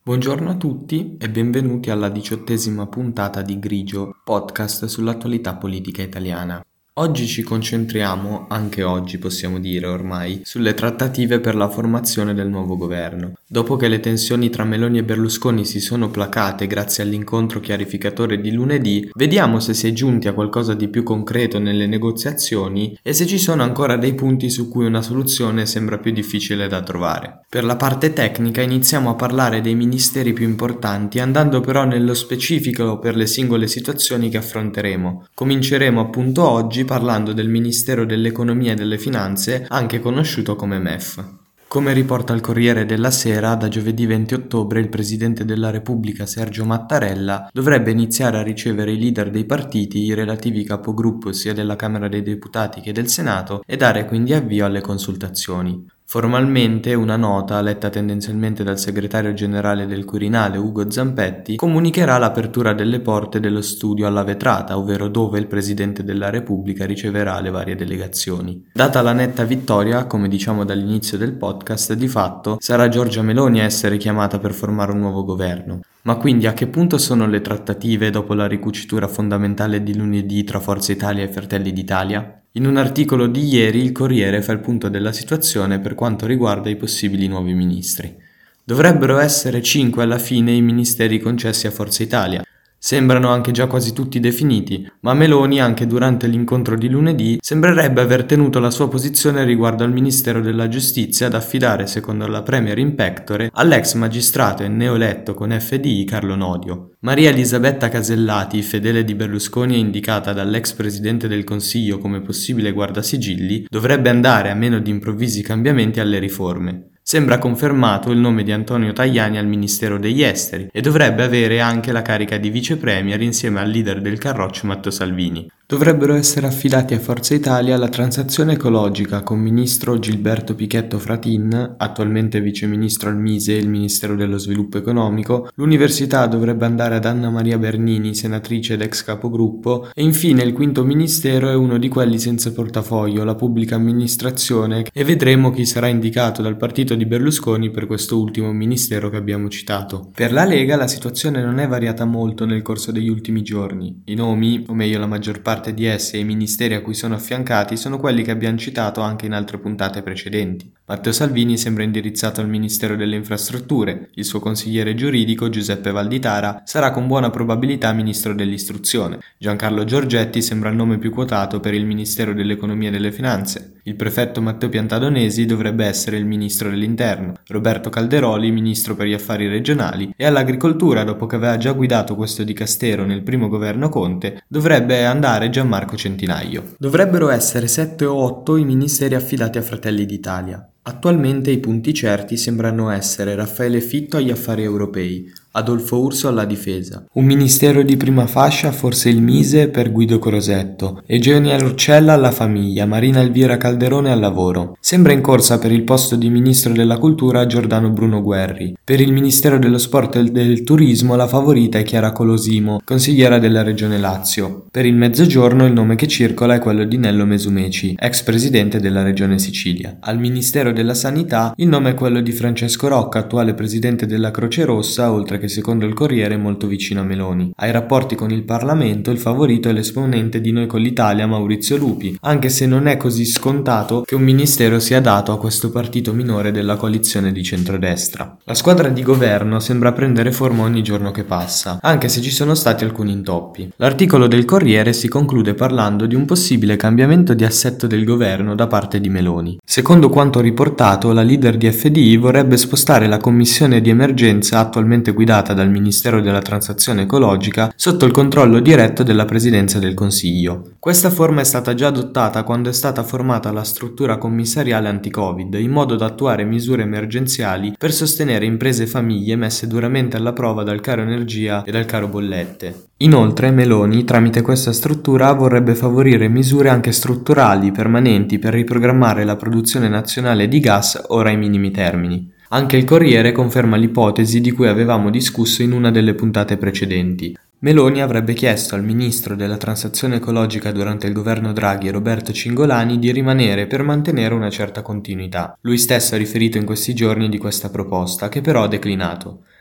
Buongiorno a tutti e benvenuti alla 18ª puntata di Grigio, podcast sull'attualità politica italiana. Oggi ci concentriamo, anche oggi possiamo dire ormai, sulle trattative per la formazione del nuovo governo. Dopo che le tensioni tra Meloni e Berlusconi si sono placate grazie all'incontro chiarificatore di lunedì, vediamo se si è giunti a qualcosa di più concreto nelle negoziazioni e se ci sono ancora dei punti su cui una soluzione sembra più difficile da trovare. Per la parte tecnica iniziamo a parlare dei ministeri più importanti, andando però nello specifico per le singole situazioni che affronteremo. Cominceremo appunto oggi parlando del Ministero dell'Economia e delle Finanze, anche conosciuto come MEF. Come riporta il Corriere della Sera, da giovedì 20 ottobre il Presidente della Repubblica Sergio Mattarella dovrebbe iniziare a ricevere i leader dei partiti, i relativi capogruppo sia della Camera dei Deputati che del Senato e dare quindi avvio alle consultazioni. Formalmente una nota, letta tendenzialmente dal segretario generale del Quirinale Ugo Zampetti, comunicherà l'apertura delle porte dello studio alla vetrata, ovvero dove il Presidente della Repubblica riceverà le varie delegazioni. Data la netta vittoria, come diciamo dall'inizio del podcast, di fatto sarà Giorgia Meloni a essere chiamata per formare un nuovo governo. Ma quindi a che punto sono le trattative dopo la ricucitura fondamentale di lunedì tra Forza Italia e Fratelli d'Italia? In un articolo di ieri il Corriere fa il punto della situazione per quanto riguarda i possibili nuovi ministri. Dovrebbero essere 5 alla fine i ministeri concessi a Forza Italia. Sembrano anche già quasi tutti definiti, ma Meloni, anche durante l'incontro di lunedì, sembrerebbe aver tenuto la sua posizione riguardo al Ministero della Giustizia da affidare, secondo la Premier in pectore, all'ex magistrato e neoeletto con FDI Carlo Nodio. Maria Elisabetta Casellati, fedele di Berlusconi e indicata dall'ex Presidente del Consiglio come possibile guardasigilli, dovrebbe andare, a meno di improvvisi cambiamenti, alle riforme. Sembra confermato il nome di Antonio Tajani al Ministero degli Esteri e dovrebbe avere anche la carica di vice premier insieme al leader del Carroccio Matteo Salvini. Dovrebbero essere affidati a Forza Italia la transizione ecologica con ministro Gilberto Pichetto Fratin, attualmente viceministro al Mise e il Ministero dello Sviluppo Economico, l'università dovrebbe andare ad Anna Maria Bernini, senatrice ed ex capogruppo, e infine il quinto ministero è uno di quelli senza portafoglio, la pubblica amministrazione, e vedremo chi sarà indicato dal partito di Berlusconi per questo ultimo ministero che abbiamo citato. Per la Lega la situazione non è variata molto nel corso degli ultimi giorni. I nomi, o meglio la maggior parte di essi e i ministeri a cui sono affiancati sono quelli che abbiamo citato anche in altre puntate precedenti. Matteo Salvini sembra indirizzato al Ministero delle Infrastrutture, il suo consigliere giuridico Giuseppe Valditara sarà con buona probabilità ministro dell'istruzione, Giancarlo Giorgetti sembra il nome più quotato per il Ministero dell'Economia e delle Finanze, il prefetto Matteo Piantadomesi dovrebbe essere il ministro dell'Interno, Roberto Calderoli ministro per gli affari regionali e all'agricoltura, dopo che aveva già guidato questo dicastero nel primo governo Conte, dovrebbe andare Gianmarco Centinaio. Dovrebbero essere 7 o 8 i ministeri affidati a Fratelli d'Italia. Attualmente i punti certi sembrano essere Raffaele Fitto agli affari europei, Adolfo Urso alla difesa, un ministero di prima fascia forse il Mise per Guido Crosetto, Eugenia Roccella alla famiglia, Marina Elvira Calderone al lavoro. Sembra in corsa per il posto di ministro della cultura Giordano Bruno Guerri. Per il Ministero dello Sport e del Turismo la favorita è Chiara Colosimo, consigliera della Regione Lazio. Per il Mezzogiorno il nome che circola è quello di Nello Mesumeci, ex presidente della Regione Sicilia. Al Ministero della Sanità il nome è quello di Francesco Rocca, attuale presidente della Croce Rossa, oltre che secondo il Corriere molto vicino a Meloni. Ai rapporti con il Parlamento il favorito è l'esponente di Noi con l'Italia Maurizio Lupi, anche se non è così scontato che un ministero sia dato a questo partito minore della coalizione di centrodestra. La squadra di governo sembra prendere forma ogni giorno che passa, anche se ci sono stati alcuni intoppi. L'articolo del Corriere si conclude parlando di un possibile cambiamento di assetto del governo da parte di Meloni. Secondo quanto riportato, la leader di FDI vorrebbe spostare la commissione di emergenza attualmente guidata dal Ministero della Transizione Ecologica sotto il controllo diretto della Presidenza del Consiglio. Questa forma è stata già adottata quando è stata formata la struttura commissariale anti-Covid, in modo da attuare misure emergenziali per sostenere imprese e famiglie messe duramente alla prova dal caro energia e dal caro bollette. Inoltre Meloni, tramite questa struttura, vorrebbe favorire misure anche strutturali, permanenti, per riprogrammare la produzione nazionale di gas ora ai minimi termini. Anche il Corriere conferma l'ipotesi di cui avevamo discusso in una delle puntate precedenti. Meloni avrebbe chiesto al ministro della transizione ecologica durante il governo Draghi, Roberto Cingolani, di rimanere per mantenere una certa continuità. Lui stesso ha riferito in questi giorni di questa proposta, che però ha declinato.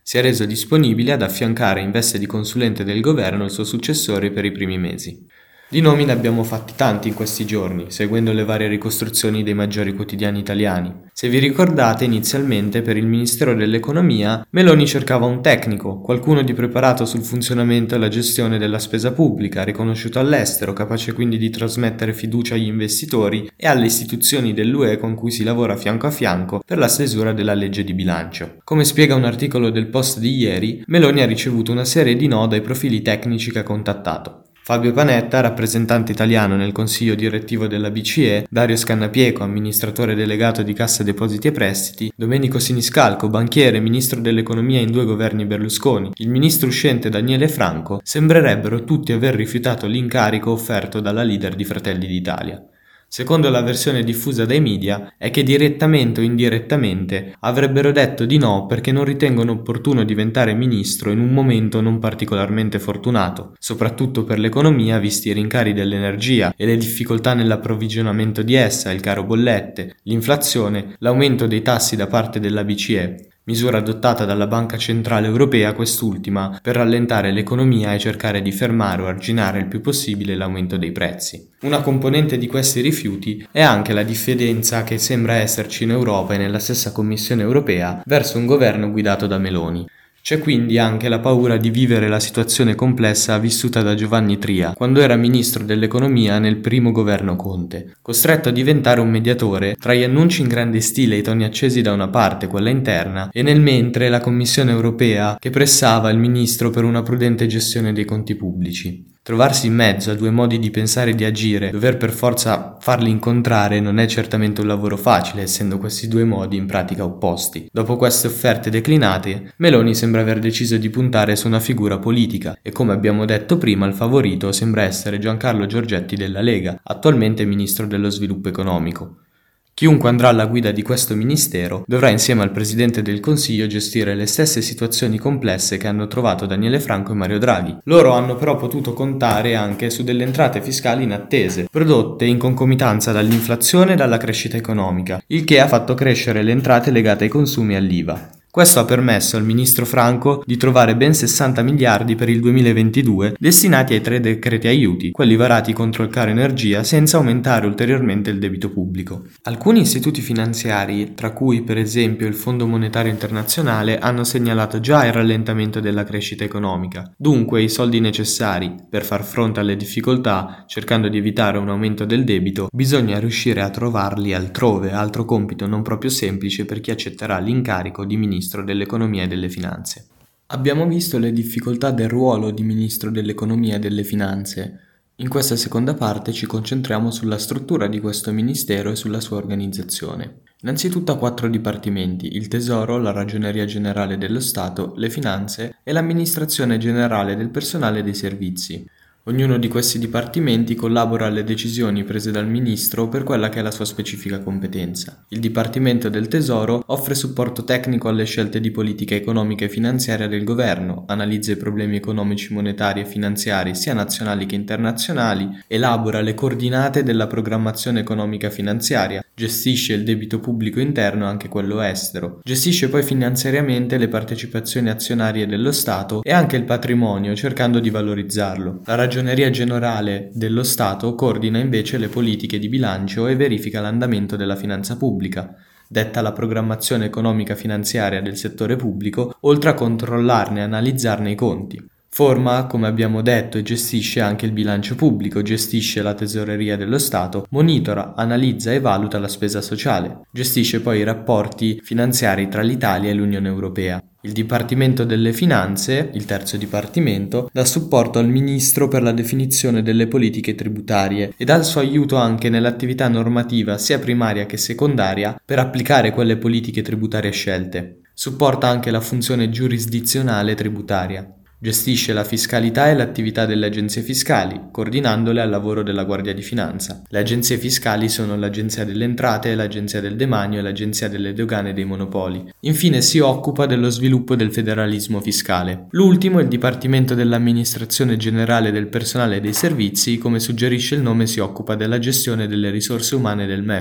Si è reso disponibile ad affiancare in veste di consulente del governo il suo successore per i primi mesi. Di nomi ne abbiamo fatti tanti in questi giorni, seguendo le varie ricostruzioni dei maggiori quotidiani italiani. Se vi ricordate, inizialmente per il Ministero dell'Economia, Meloni cercava un tecnico, qualcuno di preparato sul funzionamento e la gestione della spesa pubblica, riconosciuto all'estero, capace quindi di trasmettere fiducia agli investitori e alle istituzioni dell'UE con cui si lavora fianco a fianco per la stesura della legge di bilancio. Come spiega un articolo del Post di ieri, Meloni ha ricevuto una serie di no dai profili tecnici che ha contattato. Fabio Panetta, rappresentante italiano nel consiglio direttivo della BCE, Dario Scannapieco, amministratore delegato di Cassa Depositi e Prestiti, Domenico Siniscalco, banchiere e ministro dell'economia in 2 governi Berlusconi, il ministro uscente Daniele Franco, sembrerebbero tutti aver rifiutato l'incarico offerto dalla leader di Fratelli d'Italia. Secondo la versione diffusa dai media, è che direttamente o indirettamente avrebbero detto di no perché non ritengono opportuno diventare ministro in un momento non particolarmente fortunato, soprattutto per l'economia visti i rincari dell'energia e le difficoltà nell'approvvigionamento di essa, il caro bollette, l'inflazione, l'aumento dei tassi da parte della BCE. Misura adottata dalla Banca Centrale Europea, quest'ultima, per rallentare l'economia e cercare di fermare o arginare il più possibile l'aumento dei prezzi. Una componente di questi rifiuti è anche la diffidenza che sembra esserci in Europa e nella stessa Commissione Europea verso un governo guidato da Meloni. C'è quindi anche la paura di vivere la situazione complessa vissuta da Giovanni Tria, quando era ministro dell'economia nel primo governo Conte, costretto a diventare un mediatore tra gli annunci in grande stile e i toni accesi da una parte, quella interna, e nel mentre la Commissione Europea che pressava il ministro per una prudente gestione dei conti pubblici. Trovarsi in mezzo a 2 modi di pensare e di agire, dover per forza farli incontrare non è certamente un lavoro facile, essendo questi 2 modi in pratica opposti. Dopo queste offerte declinate, Meloni sembra aver deciso di puntare su una figura politica e, come abbiamo detto prima, il favorito sembra essere Giancarlo Giorgetti della Lega, attualmente ministro dello sviluppo economico. Chiunque andrà alla guida di questo ministero dovrà insieme al Presidente del Consiglio gestire le stesse situazioni complesse che hanno trovato Daniele Franco e Mario Draghi. Loro hanno però potuto contare anche su delle entrate fiscali inattese, prodotte in concomitanza dall'inflazione e dalla crescita economica, il che ha fatto crescere le entrate legate ai consumi e all'IVA. Questo ha permesso al ministro Franco di trovare ben 60 miliardi per il 2022 destinati ai 3 decreti aiuti, quelli varati contro il caro energia senza aumentare ulteriormente il debito pubblico. Alcuni istituti finanziari, tra cui per esempio il Fondo Monetario Internazionale, hanno segnalato già il rallentamento della crescita economica. Dunque i soldi necessari per far fronte alle difficoltà, cercando di evitare un aumento del debito, bisogna riuscire a trovarli altrove, altro compito non proprio semplice per chi accetterà l'incarico di ministro dell'economia e delle finanze. Abbiamo visto le difficoltà del ruolo di ministro dell'economia e delle finanze. In questa seconda parte ci concentriamo sulla struttura di questo ministero e sulla sua organizzazione. Innanzitutto ha 4 dipartimenti: il Tesoro, la Ragioneria Generale dello Stato, le Finanze e l'Amministrazione Generale del Personale e dei Servizi. Ognuno di questi dipartimenti collabora alle decisioni prese dal ministro per quella che è la sua specifica competenza. Il Dipartimento del Tesoro offre supporto tecnico alle scelte di politica economica e finanziaria del governo, analizza i problemi economici, monetari e finanziari sia nazionali che internazionali, elabora le coordinate della programmazione economica finanziaria, gestisce il debito pubblico interno e anche quello estero, gestisce poi finanziariamente le partecipazioni azionarie dello Stato e anche il patrimonio, cercando di valorizzarlo. La Ragioneria Generale dello Stato coordina invece le politiche di bilancio e verifica l'andamento della finanza pubblica, detta la programmazione economica finanziaria del settore pubblico, oltre a controllarne e analizzarne i conti. Forma, come abbiamo detto, e gestisce anche il bilancio pubblico, gestisce la tesoreria dello Stato, monitora, analizza e valuta la spesa sociale, gestisce poi i rapporti finanziari tra l'Italia e l'Unione Europea. Il Dipartimento delle Finanze, il terzo dipartimento, dà supporto al Ministro per la definizione delle politiche tributarie e dà il suo aiuto anche nell'attività normativa sia primaria che secondaria per applicare quelle politiche tributarie scelte. Supporta anche la funzione giurisdizionale tributaria. Gestisce la fiscalità e l'attività delle agenzie fiscali, coordinandole al lavoro della Guardia di Finanza. Le agenzie fiscali sono l'Agenzia delle Entrate, l'Agenzia del Demanio e l'Agenzia delle Dogane e dei Monopoli. Infine si occupa dello sviluppo del federalismo fiscale. L'ultimo è il Dipartimento dell'Amministrazione Generale del Personale e dei Servizi, come suggerisce il nome si occupa della gestione delle risorse umane del MEF.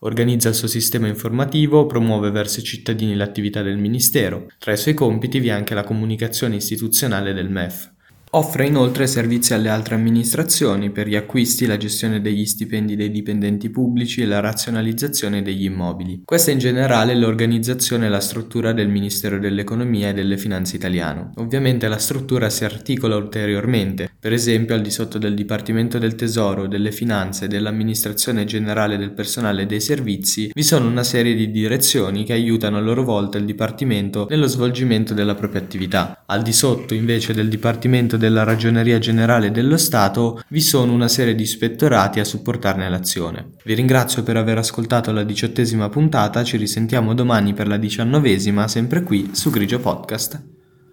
Organizza il suo sistema informativo, promuove verso i cittadini l'attività del Ministero. Tra i suoi compiti vi è anche la comunicazione istituzionale del MEF. Offre inoltre servizi alle altre amministrazioni per gli acquisti, la gestione degli stipendi dei dipendenti pubblici e la razionalizzazione degli immobili. Questa in generale è l'organizzazione e la struttura del Ministero dell'Economia e delle Finanze italiano. Ovviamente la struttura si articola ulteriormente, per esempio al di sotto del Dipartimento del Tesoro, delle Finanze e dell'Amministrazione Generale del Personale e dei Servizi vi sono una serie di direzioni che aiutano a loro volta il Dipartimento nello svolgimento della propria attività. Al di sotto invece del Dipartimento della Ragioneria Generale dello Stato vi sono una serie di ispettorati a supportarne l'azione. Vi ringrazio per aver ascoltato la 18ª puntata, ci risentiamo domani per la 19ª, sempre qui su Grigio Podcast.